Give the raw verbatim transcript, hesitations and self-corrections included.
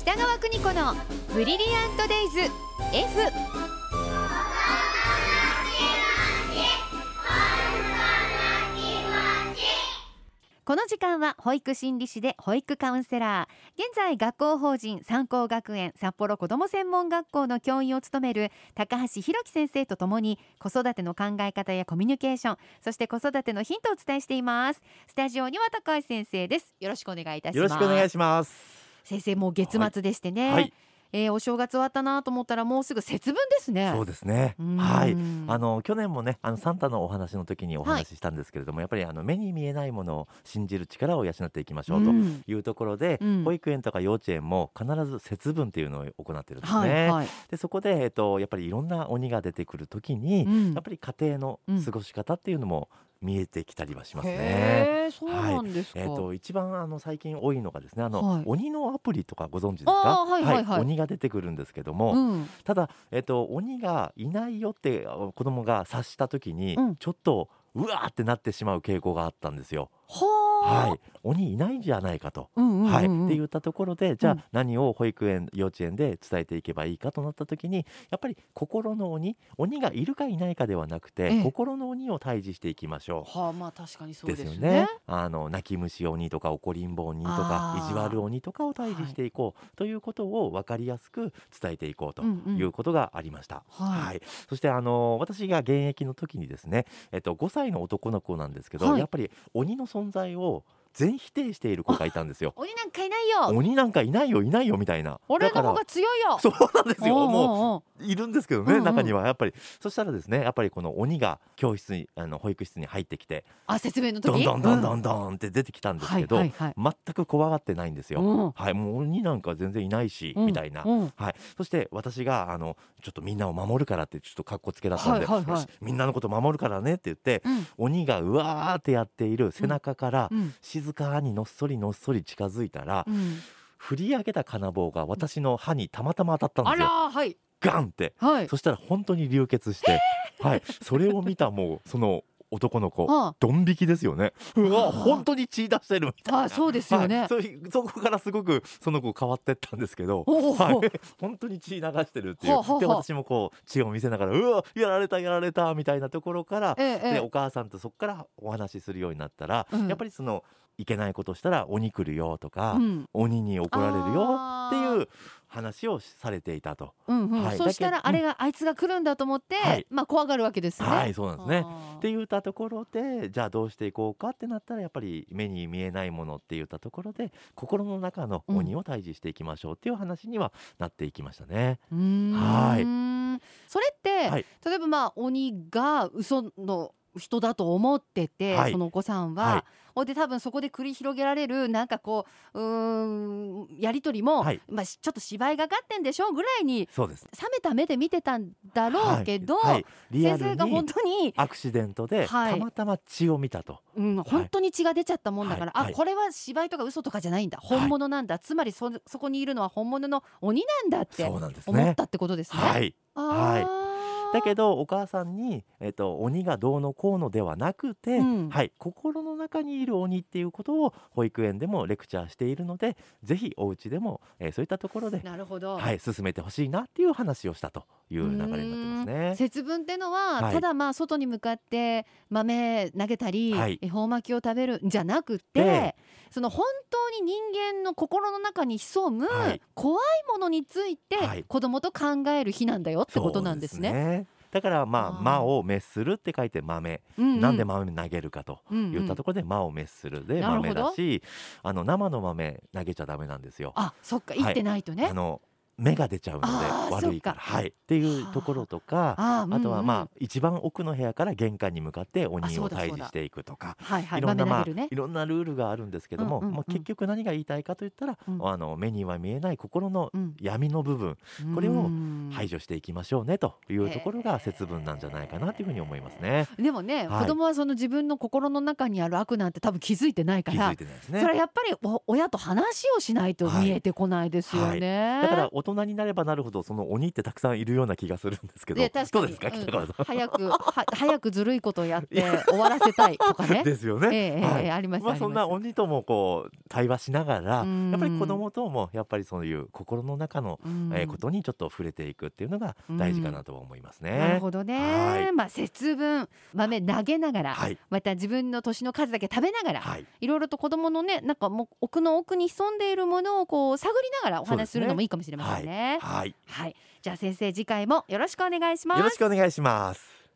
北川邦子のブリリアントデイズ F。 この時間は保育心理士で保育カウンセラー、現在学校法人三高学園札幌子ども専門学校の教員を務める高橋弘樹先生とともに、子育ての考え方やコミュニケーション、そして子育てのヒントをお伝えしています。スタジオには高橋先生です。よろしくお願いいたします。 よろしくお願いします。 先生、もう月末でしてね、 はいはい、 えー、お正月終わったなと思ったらもうすぐ節分ですね。 そうですね。はい。あの去年もね、あのサンタのお話の時にお話ししたんですけれども、はい、やっぱりあの目に見えないものを信じる力を養っていきましょうというところで、うん、保育園とか幼稚園も必ず節分っていうのを行ってるんですね。はいはい、でそこで、えっと、やっぱりいろんな鬼が出てくる時に、うん、やっぱり家庭の過ごし方っていうのも、うん見えてきたりはしますね。 へー、そうなんですか。 はい、えーと、一番あの最近多いのがですね、あの、はい、鬼のアプリとかご存知ですか？ はいはいはいはい、 鬼が出てくるんですけども、うん、ただ、えーと、鬼がいないよって子供が察した時に、うん、ちょっとうわーってなってしまう傾向があったんですよ。はい、鬼いないんじゃないかと、うんうんうんうん、はい、って言ったところで、じゃあ何を保育園幼稚園で伝えていけばいいかとなった時に、やっぱり心の鬼鬼がいるかいないかではなくて、ええ、心の鬼を退治していきましょう。 はあ、まあ確かにそうですね。 ですよね。あの泣き虫鬼とか怒りんぼ鬼とか意地悪鬼とかを退治していこう、はい、ということを分かりやすく伝えていこうということがありました。うんうん、はいはい、そしてあの私が現役の時にですね、えっと、ごさいの男の子なんですけど、はい、やっぱり鬼の存在を全否定している子がいたんですよ。 鬼なんかいないよ、 鬼なんかいないよいないよみたいな、 俺の方が強いよ。 そうなんですよ。もういるんですけどね、うんうん、中にはやっぱり。そしたらですね、やっぱりこの鬼が教室にあの保育室に入ってきて、 あ、説明の時どんどんどんどんどんって出てきたんですけど、うんはいはいはい、全く怖がってないんですよ。うん、はい、もう鬼なんか全然いないし、うん、みたいな、うんはい、そして私があのちょっとみんなを守るからってちょっとカッコつけだったんで、はいはいはい、よしみんなのこと守るからねって言って、うん、鬼がうわーってやっている背中から静かにのっそりのっそり近づいたら、うん振り上げた金棒が私の歯にたまたま当たったんですよ。 あら、はい、 ガンって、はい、そしたら本当に流血して、はい、それを見たもうその男の子、はあ、ドン引きですよね。うわ、本当に血出してるみたいな。 あ、そうですよね。はい、 そ, そこからすごくその子変わってったんですけど、はい、本当に血流してるっていう。で私もこう血を見せながら、うわやられたやられたみたいなところから、ええ、でお母さんとそこからお話しするようになったら、うん、やっぱりそのいけないことしたら鬼来るよとか、うん、鬼に怒られるよっていう話をされていたと、うんうんはい、そしたらあれが、うん、あいつが来るんだと思って、はい、まあ、怖がるわけですね。 はい、そうなんですね。って言ったところで、じゃあどうしていこうかってなったら、やっぱり目に見えないものって言ったところで心の中の鬼を退治していきましょうっていう話にはなっていきましたね。 うん、はい、それって、はい、例えばまあ鬼が嘘の人だと思ってて、はい、そのお子さんは、はい、で多分そこで繰り広げられるなんかこう、うーんやり取りも、はいまあ、ちょっと芝居がかってんでしょぐらいに冷めた目で見てたんだろうけど、はいはい、リアルに先生が本当にアクシデントでたまたま血を見たと、 うん、本当に血が出ちゃったもんだから、はい、あこれは芝居とか嘘とかじゃないんだ、本物なんだ、はい、つまり そ, そこにいるのは本物の鬼なんだって思ったってことですね。 はい、はいだけどお母さんに、えっと、鬼がどうのこうのではなくて、うんはい、心の中にいる鬼っていうことを保育園でもレクチャーしているので、ぜひお家でも、えー、そういったところでなるほど、 はい、進めてほしいなっていう話をしたという流れになってますね。 節分ってのは、はい、ただまあ外に向かって豆投げたり、はい、恵方巻きを食べるんじゃなくて、その本当に人間の心の中に潜む怖いものについて、はい、子供と考える日なんだよってことなんですね。 そうですね。だからまあ魔を滅するって書いて豆、うんうん、なんで豆投げるかと言ったところで魔を滅するで豆だし、あの生の豆投げちゃダメなんですよ。 あ、そっか、いってないとね、はい、 あの芽が出ちゃうので悪いから、はい、っていうところとか、 あ, あとはまあ、うんうん、一番奥の部屋から玄関に向かって鬼を退治していくとか、はいはい、いろんな、まあね、いろんなルールがあるんですけども、うんうんうんまあ、結局何が言いたいかといったら、うん、あの目には見えない心の闇の部分、うん、これを排除していきましょうねというところが節分なんじゃないかなというふうに思いますね。 でもね、はい、子供はその自分の心の中にある悪なんて多分気づいてないから、 気づいてないですね。 それはやっぱり親と話をしないと見えてこないですよね。 はいはい、だから大人になればなるほどその鬼ってたくさんいるような気がするんですけど、 確かにどうですか、北川さん。 早くは早くずるいことをやって終わらせたいとかねですよね。 ええはいええあります、 まあ、 あります。 そんな鬼ともこう対話しながら、 うんやっぱり子供ともやっぱりそういう心の中の、 うんえーことにちょっと触れていくっていうのが大事かなと思いますね。 なるほどね、 はいまあ、節分豆投げながら、 はいまた自分の年の数だけ食べながら、 はいいろいろと子供のねなんかもう奥の奥に潜んでいるものをこう探りながらお話しするのもいいかもしれませんね。 はい、はい、 はい、じゃあ先生次回もよろしくお願いします。 よろしくお願いします。